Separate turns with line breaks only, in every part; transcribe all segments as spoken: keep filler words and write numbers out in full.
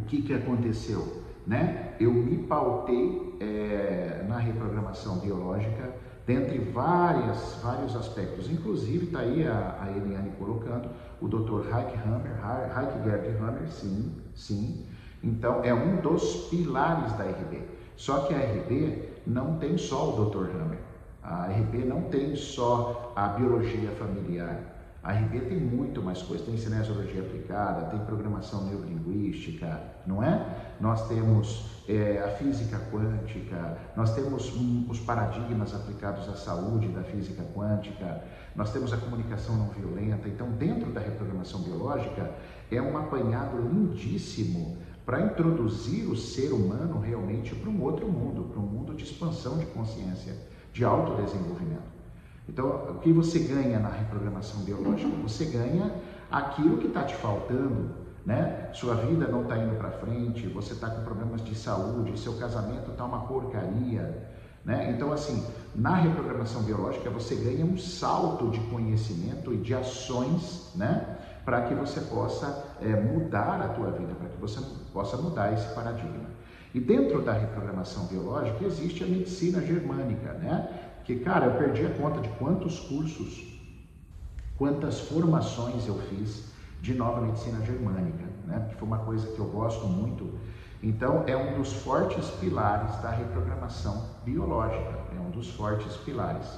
que que aconteceu? Né? Eu me pautei é, na reprogramação biológica, dentre várias, vários aspectos. Inclusive, está aí a, a Eliane colocando, o doutor Heike Hammer, Heike Gerd Hammer, sim, sim. Então, é um dos pilares da R B. Só que a R B não tem só o doutor Hammer. A R B não tem só a biologia familiar. A R B tem muito mais coisas, tem cinesiologia aplicada, tem programação neurolinguística, não é? Nós temos é, a física quântica, nós temos um, os paradigmas aplicados à saúde da física quântica, nós temos a comunicação não violenta. Então, dentro da reprogramação biológica, é um apanhado lindíssimo para introduzir o ser humano realmente para um outro mundo, para um mundo de expansão de consciência, de autodesenvolvimento. Então, o que você ganha na reprogramação biológica? Você ganha aquilo que está te faltando, né? Sua vida não está indo para frente, você está com problemas de saúde, seu casamento está uma porcaria, né? Então, assim, na reprogramação biológica você ganha um salto de conhecimento e de ações, né? Para que você possa é, mudar a tua vida, para que você possa mudar esse paradigma. E dentro da reprogramação biológica existe a medicina germânica, né? Que, cara, eu perdi a conta de quantos cursos, quantas formações eu fiz de nova medicina germânica, né? Que foi uma coisa que eu gosto muito. Então, é um dos fortes pilares da reprogramação biológica, é um dos fortes pilares.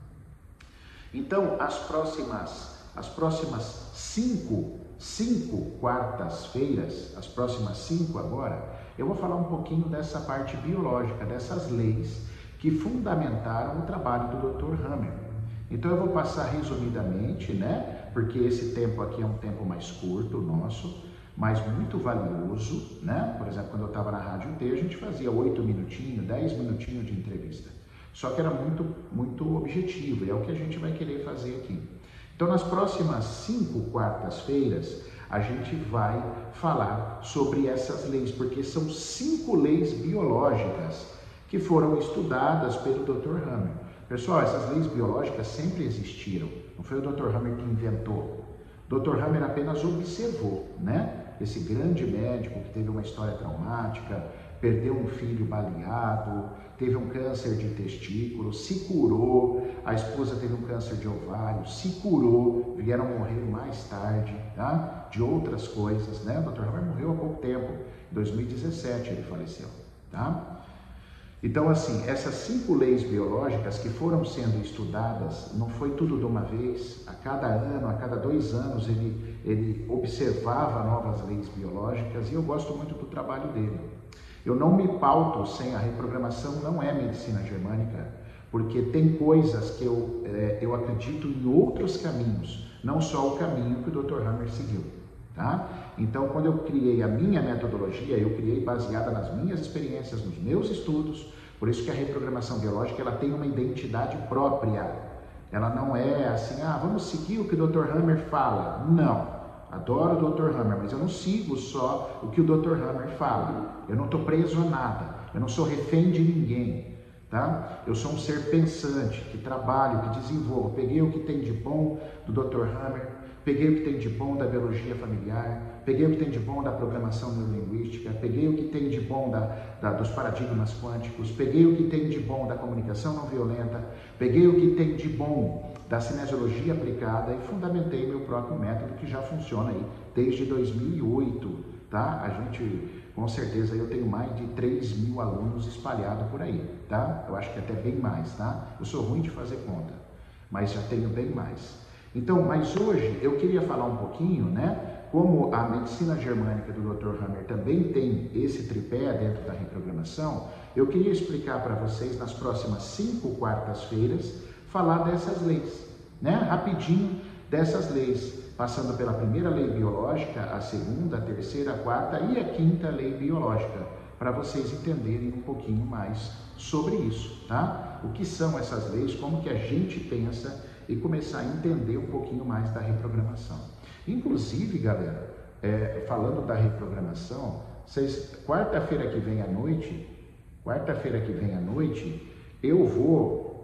Então, as próximas, as próximas cinco, cinco quartas-feiras, as próximas cinco agora, eu vou falar um pouquinho dessa parte biológica, dessas leis que fundamentaram o trabalho do doutor Hammer. Então eu vou passar resumidamente, né? Porque esse tempo aqui é um tempo mais curto nosso, mas muito valioso, né? Por exemplo, quando eu estava na Rádio T, a gente fazia oito minutinhos, dez minutinhos de entrevista. Só que era muito, muito objetivo, e é o que a gente vai querer fazer aqui. Então, nas próximas cinco quartas-feiras, a gente vai falar sobre essas leis, porque são cinco leis biológicas que foram estudadas pelo doutor Hammer. Pessoal, essas leis biológicas sempre existiram, não foi o doutor Hammer que inventou. O doutor Hammer apenas observou, né? Esse grande médico que teve uma história traumática, perdeu um filho baleado, teve um câncer de testículo, se curou, a esposa teve um câncer de ovário, se curou, vieram morrer mais tarde, tá? De outras coisas, né? O doutor Hammer morreu há pouco tempo, em dois mil e dezessete ele faleceu, tá? Então, assim, essas cinco leis biológicas que foram sendo estudadas, não foi tudo de uma vez, a cada ano, a cada dois anos ele, ele observava novas leis biológicas, e eu gosto muito do trabalho dele. Eu não me pauto sem a reprogramação, não é medicina germânica, porque tem coisas que eu, é, eu acredito em outros caminhos, não só o caminho que o doutor Hammer seguiu, tá? Então, quando eu criei a minha metodologia, eu criei baseada nas minhas experiências, nos meus estudos, por isso que a reprogramação biológica ela tem uma identidade própria. Ela não é assim, ah, vamos seguir o que o doutor Hammer fala. Não, adoro o doutor Hammer, mas eu não sigo só o que o doutor Hammer fala. Eu não estou preso a nada, eu não sou refém de ninguém, tá? Eu sou um ser pensante, que trabalho, que desenvolvo. Peguei o que tem de bom do doutor Hammer, peguei o que tem de bom da biologia familiar, peguei o que tem de bom da programação neurolinguística, peguei o que tem de bom da, da, dos paradigmas quânticos, peguei o que tem de bom da comunicação não violenta, peguei o que tem de bom da cinesiologia aplicada e fundamentei meu próprio método, que já funciona aí desde dois mil e oito, tá? A gente, com certeza, eu tenho mais de três mil alunos espalhados por aí, tá? Eu acho que até bem mais, tá? Eu sou ruim de fazer conta, mas já tenho bem mais. Então, mas hoje eu queria falar um pouquinho, né? Como a medicina germânica do doutor Hammer também tem esse tripé dentro da reprogramação, eu queria explicar para vocês nas próximas cinco quartas-feiras, falar dessas leis, né? Rapidinho dessas leis, passando pela primeira lei biológica, a segunda, a terceira, a quarta e a quinta lei biológica, para vocês entenderem um pouquinho mais sobre isso, tá? O que são essas leis, como que a gente pensa e começar a entender um pouquinho mais da reprogramação. Inclusive, galera, é, falando da reprogramação, vocês, quarta-feira que vem à noite, quarta-feira que vem à noite, eu vou,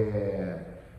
é,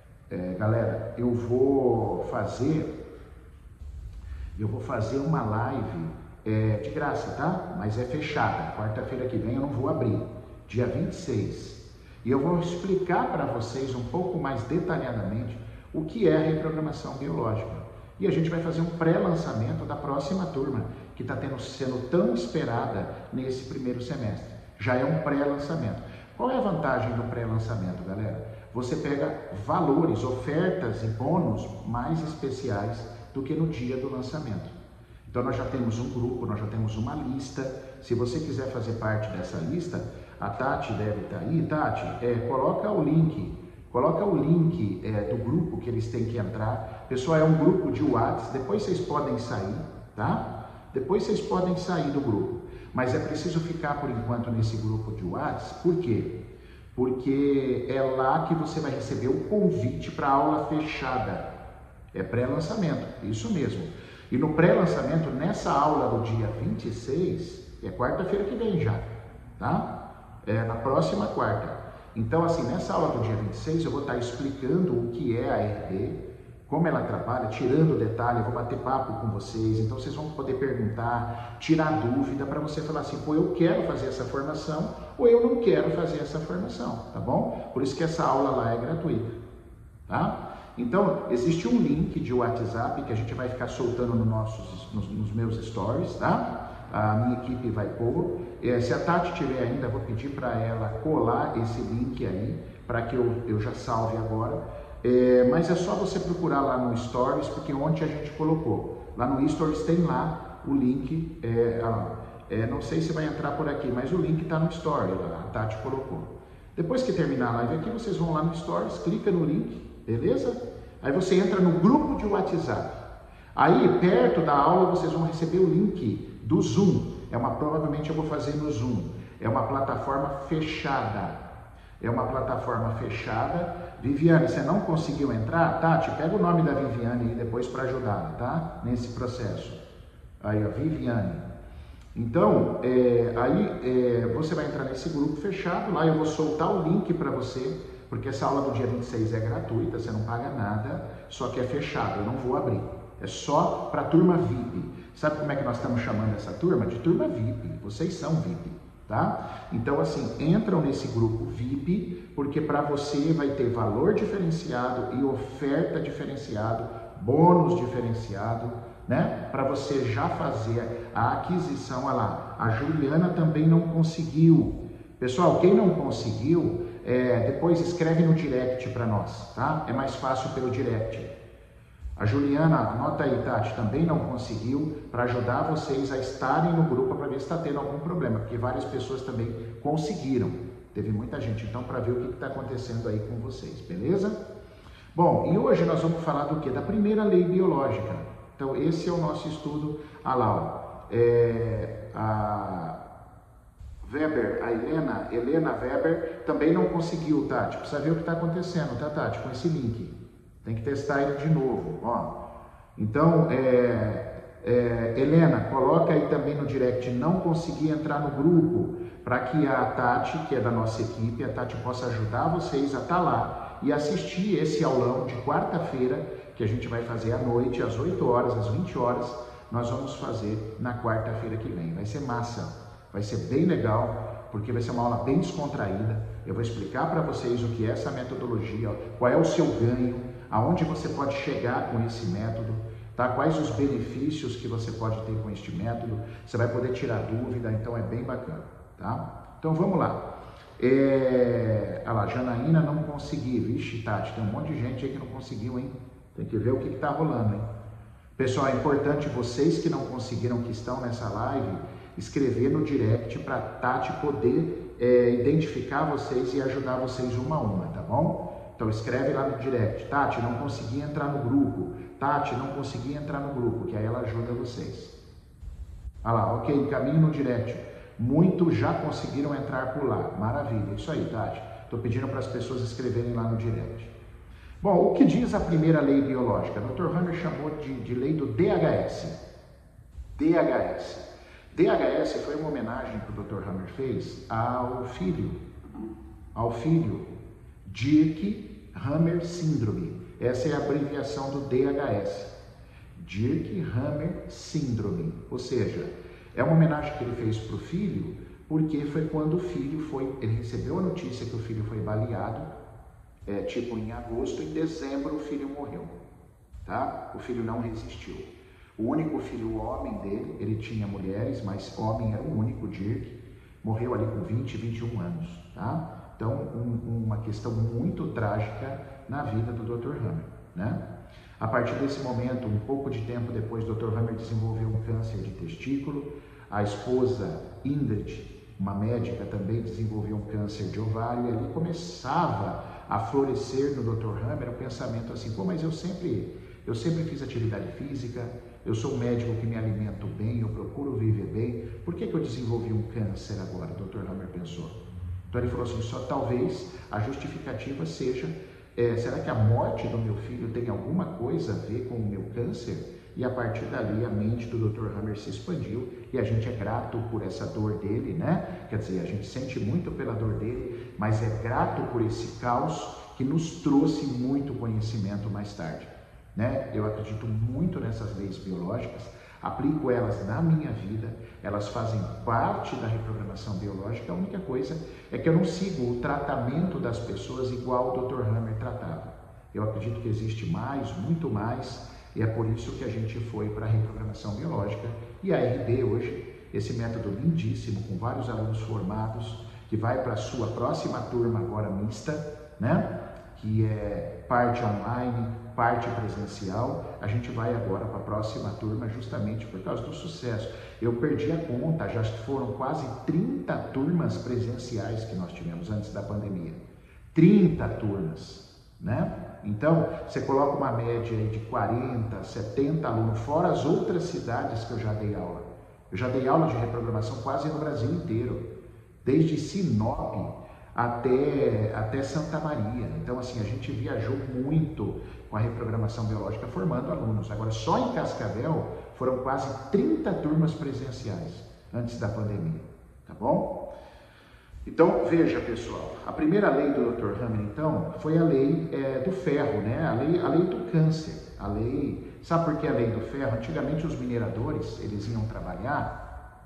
é, galera, eu vou fazer, eu vou fazer uma live é de graça, tá? Mas é fechada. Quarta-feira que vem eu não vou abrir, dia vinte e seis. E eu vou explicar para vocês um pouco mais detalhadamente o que é a reprogramação biológica. E a gente vai fazer um pré-lançamento da próxima turma, que está sendo tão esperada nesse primeiro semestre. Já é um pré-lançamento. Qual é a vantagem do pré-lançamento, galera? Você pega valores, ofertas e bônus mais especiais do que no dia do lançamento. Então nós já temos um grupo, nós já temos uma lista. Se você quiser fazer parte dessa lista, a Tati deve estar aí. Tati, é, coloca o link, coloca o link é, do grupo que eles têm que entrar. Pessoal, é um grupo de WhatsApp, depois vocês podem sair, tá? Depois vocês podem sair do grupo, mas é preciso ficar por enquanto nesse grupo de WhatsApp. Por quê? Porque é lá que você vai receber o convite para a aula fechada. É pré-lançamento, isso mesmo. E no pré-lançamento, nessa aula do dia vinte e seis, é quarta-feira que vem já, tá? É na próxima quarta. Então, assim, nessa aula do dia vinte e seis, eu vou estar explicando o que é a R D, como ela trabalha, tirando detalhe, eu vou bater papo com vocês, então vocês vão poder perguntar, tirar dúvida, para você falar assim, pô, eu quero fazer essa formação, ou eu não quero fazer essa formação, tá bom? Por isso que essa aula lá é gratuita, tá? Então, existe um link de WhatsApp que a gente vai ficar soltando no nossos, nos, nos meus stories, tá? A minha equipe vai pôr. É, se a Tati tiver ainda, vou pedir para ela colar esse link aí, para que eu, eu já salve agora. É, mas é só você procurar lá no Stories, porque ontem a gente colocou. Lá no Stories tem lá o link, é, é, não sei se vai entrar por aqui, mas o link está no Story, lá, a Tati colocou. Depois que terminar a live aqui, vocês vão lá no Stories, clica no link, beleza? Aí você entra no grupo de WhatsApp. Aí, perto da aula, vocês vão receber o link do Zoom. É uma, provavelmente eu vou fazer no Zoom. É uma plataforma fechada. É uma plataforma fechada. Viviane, você não conseguiu entrar? Tati, pega o nome da Viviane aí depois para ajudar, tá? Nesse processo. Aí, ó, Viviane. Então, é, aí é, você vai entrar nesse grupo fechado. Lá eu vou soltar o link para você, porque essa aula do dia vinte e seis é gratuita, você não paga nada, só que é fechado, eu não vou abrir. É só para a turma V I P. Sabe como é que nós estamos chamando essa turma? De turma V I P. Vocês são V I P, tá? Então, assim, entram nesse grupo V I P, porque para você vai ter valor diferenciado e oferta diferenciado, bônus diferenciado, né? Para você já fazer a aquisição. Olha lá, a Juliana também não conseguiu. Pessoal, quem não conseguiu, é, depois escreve no direct para nós, tá? É mais fácil pelo direct. A Juliana, anota aí, Tati, também não conseguiu, para ajudar vocês a estarem no grupo para ver se está tendo algum problema, porque várias pessoas também conseguiram. Teve muita gente, então, para ver o que está acontecendo aí com vocês, beleza? Bom, e hoje nós vamos falar do quê? Da primeira lei biológica. Então, esse é o nosso estudo. Ah lá, ó, é, a Weber, a Helena, Helena Weber também não conseguiu, Tati. Precisa ver o que está acontecendo, tá, Tati, com esse link. Tem que testar ele de novo, ó. Então, é, é, Helena, coloca aí também no direct, não consegui entrar no grupo, para que a Tati, que é da nossa equipe, a Tati possa ajudar vocês a estar lá e assistir esse aulão de quarta-feira, que a gente vai fazer à noite, às oito horas, às vinte horas, nós vamos fazer na quarta-feira que vem. Vai ser massa, vai ser bem legal, porque vai ser uma aula bem descontraída. Eu vou explicar para vocês o que é essa metodologia, ó, qual é o seu ganho, aonde você pode chegar com esse método, tá? Quais os benefícios que você pode ter com este método, você vai poder tirar dúvida, então é bem bacana, tá? Então vamos lá. É... Olha lá, Janaína não consegui, vixe, Tati, tem um monte de gente aí que não conseguiu, hein? Tem que ver o que está rolando, hein? Pessoal, é importante vocês que não conseguiram, que estão nessa live, escrever no direct para a Tati poder é, identificar vocês e ajudar vocês uma a uma, tá bom? Então escreve lá no direct, Tati, não consegui entrar no grupo, Tati, não consegui entrar no grupo, que aí ela ajuda vocês. Olha lá, ok, encaminho no direct. Muitos já conseguiram entrar por lá, maravilha, isso aí, Tati. Estou pedindo para as pessoas escreverem lá no direct. Bom, o que diz a primeira lei biológica? O doutor Hammer chamou de, de lei do D H S. D H S. D H S foi uma homenagem que o doutor Hammer fez ao filho, ao filho Dirk Hammer Síndrome. Essa é a abreviação do D H S. Dirk Hammer Síndrome. Ou seja, É uma homenagem que ele fez para o filho, porque foi quando o filho foi, ele recebeu a notícia que o filho foi baleado, é, tipo em agosto, em dezembro o filho morreu, tá? O filho não resistiu. O único filho homem dele, ele tinha mulheres, mas homem era o único, Dirk, morreu ali com vinte, vinte e um anos, tá? Então, um, uma questão muito trágica na vida do doutor Hammer, né? A partir desse momento, um pouco de tempo depois, o doutor Hammer desenvolveu um câncer de testículo. A esposa Ingrid, uma médica, também desenvolveu um câncer de ovário. E ali começava a florescer no doutor Hammer o pensamento assim: pô, mas eu sempre, eu sempre fiz atividade física, eu sou um médico que me alimento bem, eu procuro viver bem, por que que eu desenvolvi um câncer agora? O doutor Hammer pensou. Então ele falou assim: só talvez a justificativa seja, é, será que a morte do meu filho tem alguma coisa a ver com o meu câncer? E a partir dali a mente do doutor Hammer se expandiu e a gente é grato por essa dor dele, né? Quer dizer, a gente sente muito pela dor dele, mas é grato por esse caos que nos trouxe muito conhecimento mais tarde, né? Eu acredito muito nessas leis biológicas, aplico elas na minha vida, elas fazem parte da reprogramação biológica. A única coisa é que eu não sigo o tratamento das pessoas igual o doutor Hammer tratava. Eu acredito que existe mais, muito mais, e é por isso que a gente foi para a reprogramação biológica. E a R B hoje, esse método lindíssimo, com vários alunos formados, que vai para a sua próxima turma agora mista, né? Que é parte online, parte presencial. A gente vai agora para a próxima turma justamente por causa do sucesso. Eu perdi a conta, já foram quase trinta turmas presenciais que nós tivemos antes da pandemia. trinta turmas, né? Então, você coloca uma média aí de quarenta, setenta alunos, fora as outras cidades que eu já dei aula. Eu já dei aula de reprogramação quase no Brasil inteiro, desde Sinop até, até Santa Maria. Então, assim, a gente viajou muito com a reprogramação biológica formando alunos. Agora, só em Cascavel foram quase trinta turmas presenciais antes da pandemia, tá bom? Então, veja, pessoal, a primeira lei do doutor Hammer, então, foi a lei é, do ferro, né? A lei, a lei do câncer, a lei... Sabe por que a lei do ferro? Antigamente, os mineradores, eles iam trabalhar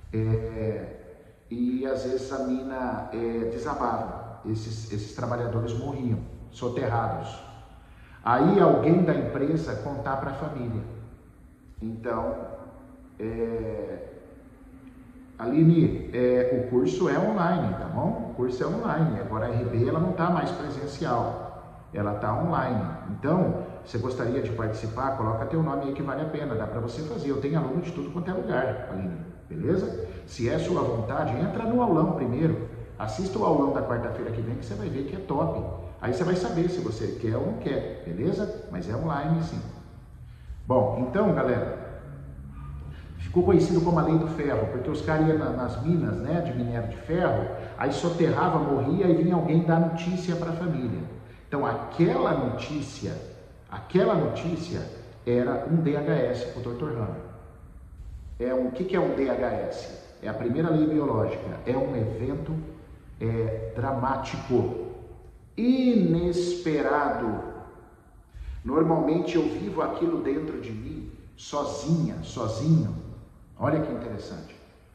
é, e, às vezes, a mina é, desabava. Esses, esses trabalhadores morriam, soterrados. Aí, alguém da empresa contar para a família. Então, é... Aline, é, o curso é online, tá bom? O curso é online, agora a R B ela não está mais presencial, ela está online. Então, você gostaria de participar? Coloca teu nome aí que vale a pena, dá para você fazer. Eu tenho aluno de tudo quanto é lugar, Aline, beleza? Se é sua vontade, entra no aulão primeiro, assista o aulão da quarta-feira que vem que você vai ver que é top. Aí você vai saber se você quer ou não quer, beleza? Mas é online sim. Bom, então galera, ficou conhecido como a lei do ferro, porque os caras iam nas minas, né, de minério de ferro, aí soterrava, morria e vinha alguém dar notícia para a família. Então aquela notícia, aquela notícia era um D H S para o doutor Hammer. É um, o que, que é um D H S? É a primeira lei biológica, é um evento é, dramático, inesperado. Normalmente eu vivo aquilo dentro de mim, sozinha, sozinho. Olha que interessante.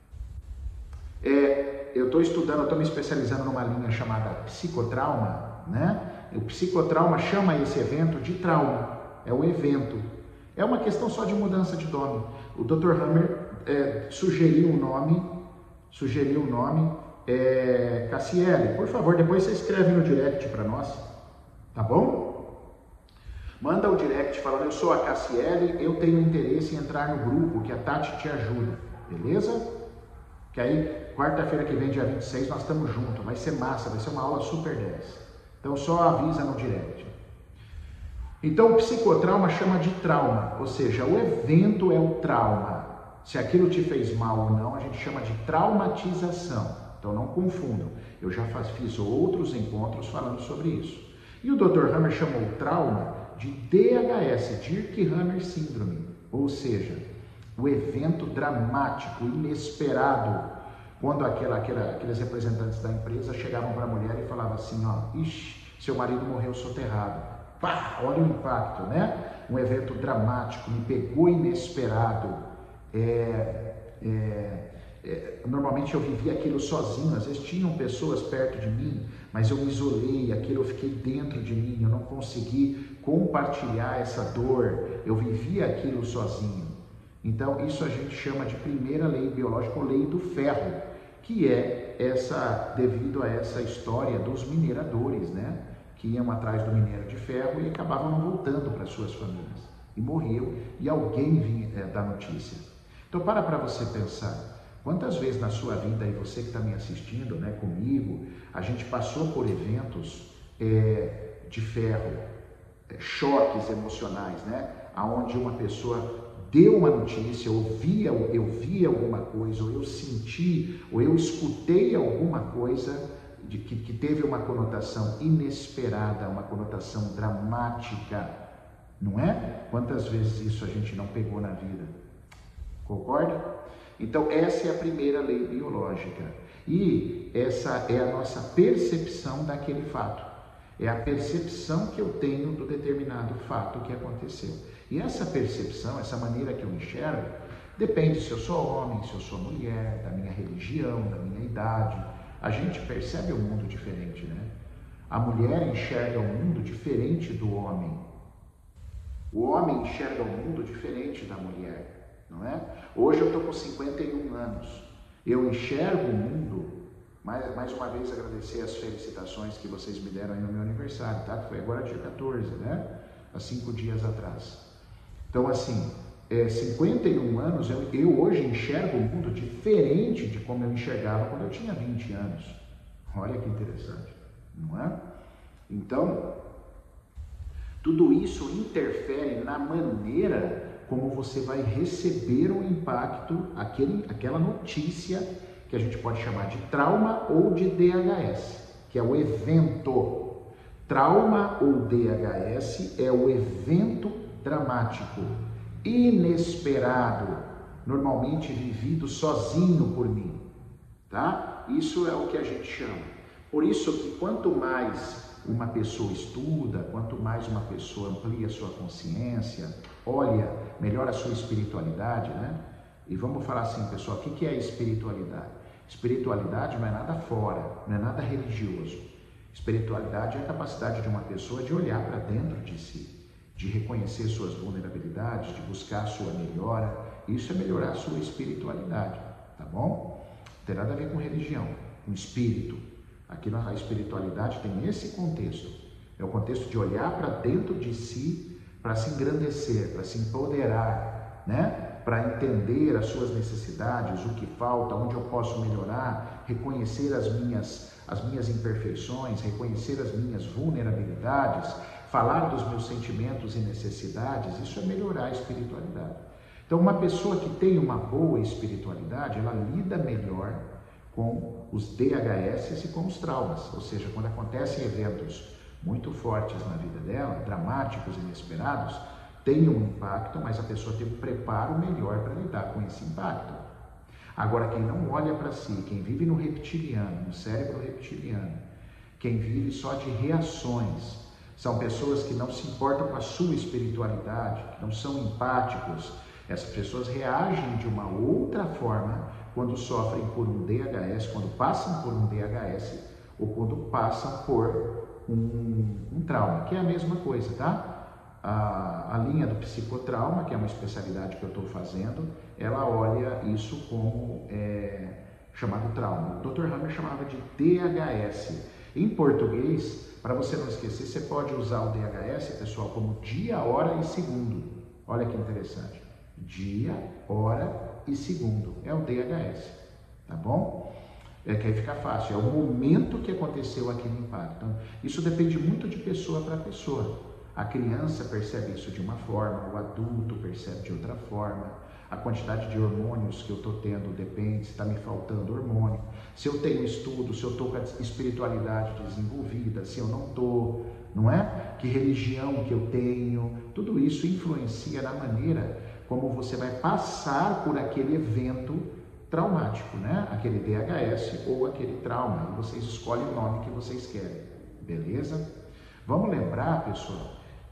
É, eu estou estudando, estou me especializando numa linha chamada psicotrauma, né? O psicotrauma chama esse evento de trauma, é o evento. É uma questão só de mudança de nome. O doutor Hammer é, sugeriu o um nome, sugeriu o um nome, é, Cassiele, por favor, depois você escreve no direct para nós, tá bom? Manda o direct falando: eu sou a Cassiele, eu tenho interesse em entrar no grupo que a Tati te ajuda, beleza? Que aí, quarta-feira que vem, dia vinte e seis, nós estamos juntos, vai ser massa, vai ser uma aula super dez. Então só avisa no direct. Então o psicotrauma chama de trauma, ou seja, o evento é o trauma. Se aquilo te fez mal ou não, a gente chama de traumatização. Então não confundam, eu já faz, fiz outros encontros falando sobre isso. E o doutor Hammer chamou o trauma de D H S, Dirk-Hammer Syndrome, ou seja, o evento dramático, inesperado, quando aquela, aquela, aqueles representantes da empresa chegavam para a mulher e falavam assim, ó, ixi, seu marido morreu soterrado. Pá, olha o impacto, né? Um evento dramático, me pegou inesperado. É, é, é, normalmente eu vivia aquilo sozinho, às vezes tinham pessoas perto de mim, mas eu me isolei, aquilo eu fiquei dentro de mim, eu não consegui compartilhar essa dor, eu vivia aquilo sozinho. Então isso a gente chama de primeira lei biológica, ou lei do ferro, que é essa, devido a essa história dos mineradores, né? Que iam atrás do minério de ferro e acabavam não voltando para suas famílias. E morriam, e alguém vinha é, dar notícia. Então para para você pensar, quantas vezes na sua vida, e você que está me assistindo, né, comigo, a gente passou por eventos é, de ferro, é, choques emocionais, né? Onde uma pessoa deu uma notícia, ou via, eu vi alguma coisa, ou eu senti, ou eu escutei alguma coisa de que, que teve uma conotação inesperada, uma conotação dramática, não é? Quantas vezes isso a gente não pegou na vida? Concorda? Então essa é a primeira lei biológica, e essa é a nossa percepção daquele fato, é a percepção que eu tenho do determinado fato que aconteceu. E essa percepção, essa maneira que eu enxergo, depende se eu sou homem, se eu sou mulher, da minha religião, da minha idade. A gente percebe o mundo diferente, né? A mulher enxerga o mundo diferente do homem. O homem enxerga o mundo diferente da mulher, não é? Hoje eu estou com cinquenta e um anos. Eu enxergo o mundo, mais, mais uma vez agradecer as felicitações que vocês me deram aí no meu aniversário, tá? Foi agora dia quatorze, né? Há cinco dias atrás. Então, assim, é, cinquenta e um anos, eu, eu hoje enxergo o mundo diferente de como eu enxergava quando eu tinha vinte anos. Olha que interessante, não é? Então, tudo isso interfere na maneira como você vai receber o impacto, aquele, aquela notícia que a gente pode chamar de trauma ou de D H S, que é o evento. Trauma ou D H S é o evento dramático, inesperado, normalmente vivido sozinho por mim, tá? Isso é o que a gente chama. Por isso que quanto mais uma pessoa estuda, quanto mais uma pessoa amplia a sua consciência, olha, melhora a sua espiritualidade, né? E vamos falar assim, pessoal, o que é espiritualidade? Espiritualidade não é nada fora, não é nada religioso. Espiritualidade é a capacidade de uma pessoa de olhar para dentro de si, de reconhecer suas vulnerabilidades, de buscar a sua melhora. Isso é melhorar a sua espiritualidade, tá bom? Não tem nada a ver com religião, com espírito. Aqui a espiritualidade tem esse contexto. É o contexto de olhar para dentro de si, para se engrandecer, para se empoderar, né? Para entender as suas necessidades, o que falta, onde eu posso melhorar, reconhecer as minhas, as minhas imperfeições, reconhecer as minhas vulnerabilidades, falar dos meus sentimentos e necessidades. Isso é melhorar a espiritualidade. Então, uma pessoa que tem uma boa espiritualidade, ela lida melhor com os D H S e com os traumas, ou seja, quando acontecem eventos muito fortes na vida dela, dramáticos, inesperados, tem um impacto, mas a pessoa tem um preparo melhor para lidar com esse impacto. Agora, quem não olha para si, quem vive no reptiliano, no cérebro reptiliano, quem vive só de reações, são pessoas que não se importam com a sua espiritualidade, que não são empáticos. Essas pessoas reagem de uma outra forma quando sofrem por um D H S, quando passam por um D H S ou quando passam por um, um trauma, que é a mesma coisa, tá? A, a linha do psicotrauma, que é uma especialidade que eu estou fazendo, ela olha isso como é, chamado trauma. O doutor Hammer chamava de D H S. Em português, para você não esquecer, você pode usar o D H S, pessoal, como dia, hora e segundo. Olha que interessante. Dia, hora e segundo. É o D H S, tá bom? É que aí fica fácil. É o momento que aconteceu aquele impacto. Então, isso depende muito de pessoa para pessoa. A criança percebe isso de uma forma, o adulto percebe de outra forma. A quantidade de hormônios que eu estou tendo depende, se está me faltando hormônio. Se eu tenho estudo, se eu estou com a espiritualidade desenvolvida, se eu não estou, não é? Que religião que eu tenho, tudo isso influencia na maneira como você vai passar por aquele evento traumático, né? Aquele D H S ou aquele trauma. E vocês escolhem o nome que vocês querem, beleza? Vamos lembrar, pessoal,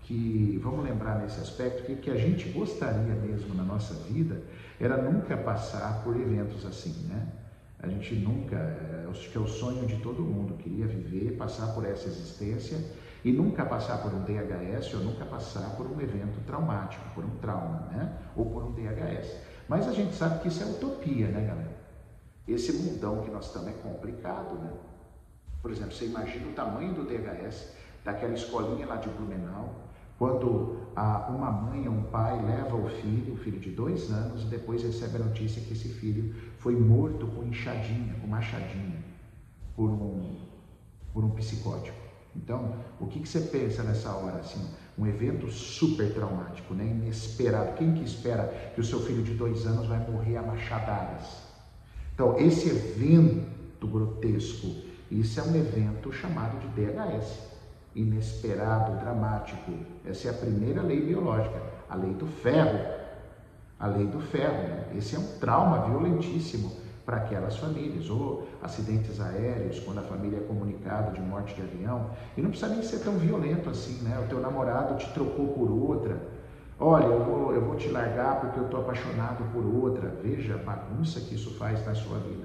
que, vamos lembrar nesse aspecto, que o que a gente gostaria mesmo na nossa vida era nunca passar por eventos assim, né? A gente nunca, acho que é o sonho de todo mundo, queria viver, passar por essa existência e nunca passar por um D H S ou nunca passar por um evento traumático, por um trauma, né? Ou por um D H S. Mas a gente sabe que isso é utopia, né, galera? Esse mundão que nós estamos é complicado, né? Por exemplo, você imagina o tamanho do D H S, daquela escolinha lá de Blumenau, quando a, uma mãe ou um pai leva o filho, o filho de dois anos, e depois recebe a notícia que esse filho foi morto com enxadinha, com machadinha, por um, por um psicótico. Então, o que, que você pensa nessa hora, assim? Um evento super traumático, né? Inesperado. Quem que espera que o seu filho de dois anos vai morrer a machadadas? Então, esse evento grotesco, isso é um evento chamado de D H S. Inesperado, dramático. Essa é a primeira lei biológica, a lei do ferro. A lei do ferro, né? Esse é um trauma violentíssimo para aquelas famílias, ou acidentes aéreos, quando a família é comunicada de morte de avião, e não precisa nem ser tão violento assim, né? O teu namorado te trocou por outra, olha, eu vou, eu vou te largar porque eu estou apaixonado por outra. Veja a bagunça que isso faz na sua vida,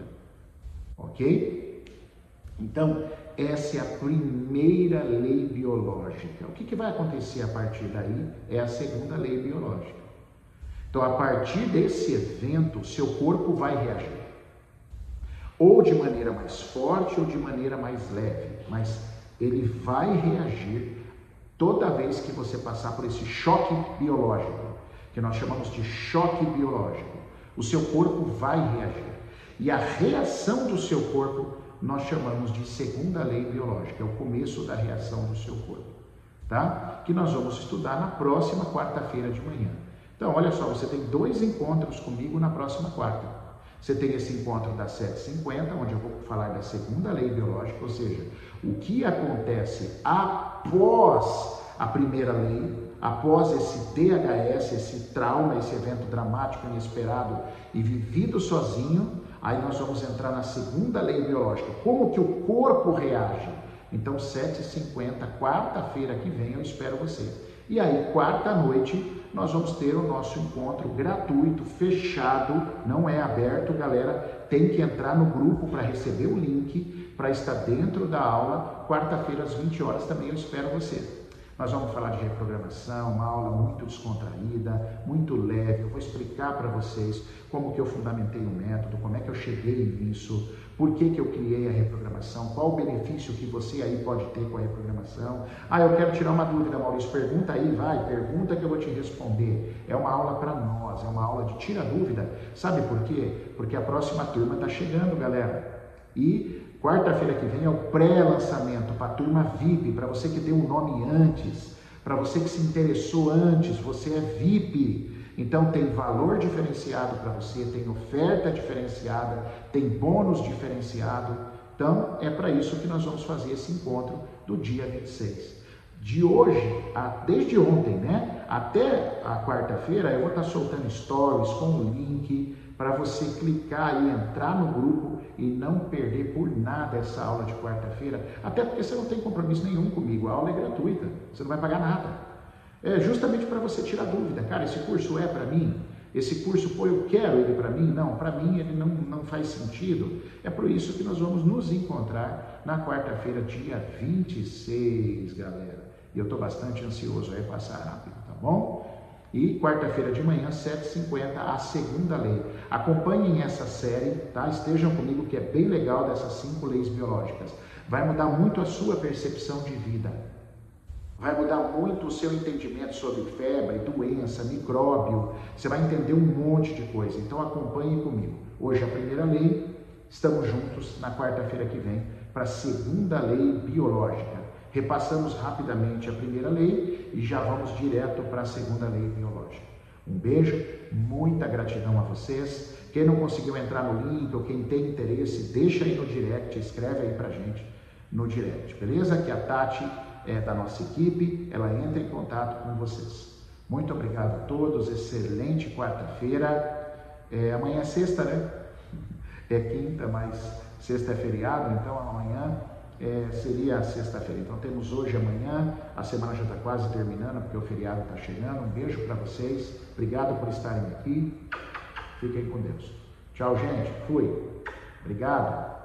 ok? Então, essa é a primeira lei biológica. O que, que vai acontecer a partir daí é a segunda lei biológica. Então, a partir desse evento, o seu corpo vai reagir. Ou de maneira mais forte ou de maneira mais leve. Mas ele vai reagir toda vez que você passar por esse choque biológico, que nós chamamos de choque biológico. O seu corpo vai reagir. E a reação do seu corpo nós chamamos de segunda lei biológica, é o começo da reação do seu corpo, tá? Que nós vamos estudar na próxima quarta-feira de manhã. Então, olha só, você tem dois encontros comigo na próxima quarta. Você tem esse encontro das sete e cinquenta, onde eu vou falar da segunda lei biológica, ou seja, o que acontece após a primeira lei, após esse D H S, esse trauma, esse evento dramático, inesperado e vivido sozinho. Aí nós vamos entrar na segunda lei biológica, como que o corpo reage. Então, sete e cinquenta, quarta-feira que vem, eu espero você. E aí, quarta-noite, nós vamos ter o nosso encontro gratuito, fechado, não é aberto, galera. Tem que entrar no grupo para receber o link, para estar dentro da aula. Quarta-feira, às vinte horas, também eu espero você. Nós vamos falar de reprogramação, uma aula muito descontraída, muito leve. Eu vou explicar para vocês como que eu fundamentei o método, como é que eu cheguei nisso, por que que eu criei a reprogramação, qual o benefício que você aí pode ter com a reprogramação. Ah, eu quero tirar uma dúvida, Maurício, pergunta aí, vai, pergunta que eu vou te responder. É uma aula para nós, é uma aula de tira dúvida. Sabe por quê? Porque a próxima turma está chegando, galera. E quarta-feira que vem é o pré-lançamento para a turma V I P, para você que deu um nome antes, para você que se interessou antes, você é V I P. Então tem valor diferenciado para você, tem oferta diferenciada, tem bônus diferenciado. Então é para isso que nós vamos fazer esse encontro do dia vinte e seis. De hoje, a, desde ontem, né, até a quarta-feira, eu vou estar soltando stories com o link para você clicar e entrar no grupo e não perder por nada essa aula de quarta-feira, até porque você não tem compromisso nenhum comigo, a aula é gratuita, você não vai pagar nada. É justamente para você tirar dúvida, cara, esse curso é para mim? Esse curso, pô, eu quero ele para mim? Não, para mim ele não, não faz sentido. É por isso que nós vamos nos encontrar na quarta-feira, dia vinte e seis, galera. E eu estou bastante ansioso aí passar rápido, tá bom? E quarta-feira de manhã, sete e cinquenta, a segunda lei. Acompanhem essa série, tá? Estejam comigo, que é bem legal, dessas cinco leis biológicas. Vai mudar muito a sua percepção de vida. Vai mudar muito o seu entendimento sobre febre, doença, micróbio. Você vai entender um monte de coisa. Então acompanhe comigo. Hoje a primeira lei, estamos juntos na quarta-feira que vem para a segunda lei biológica. Repassamos rapidamente a primeira lei e já vamos direto para a segunda lei biológica. Um beijo, muita gratidão a vocês. Quem não conseguiu entrar no link ou quem tem interesse, deixa aí no direct, escreve aí pra gente no direct, beleza? Que a Tati é da nossa equipe, ela entra em contato com vocês. Muito obrigado a todos, excelente quarta-feira. É, amanhã é sexta, né? É quinta, mas sexta é feriado, então amanhã é, seria a sexta-feira. Então temos hoje e amanhã, a semana já está quase terminando, porque o feriado está chegando. Um beijo para vocês, obrigado por estarem aqui, fiquem com Deus. Tchau, gente, fui, obrigado.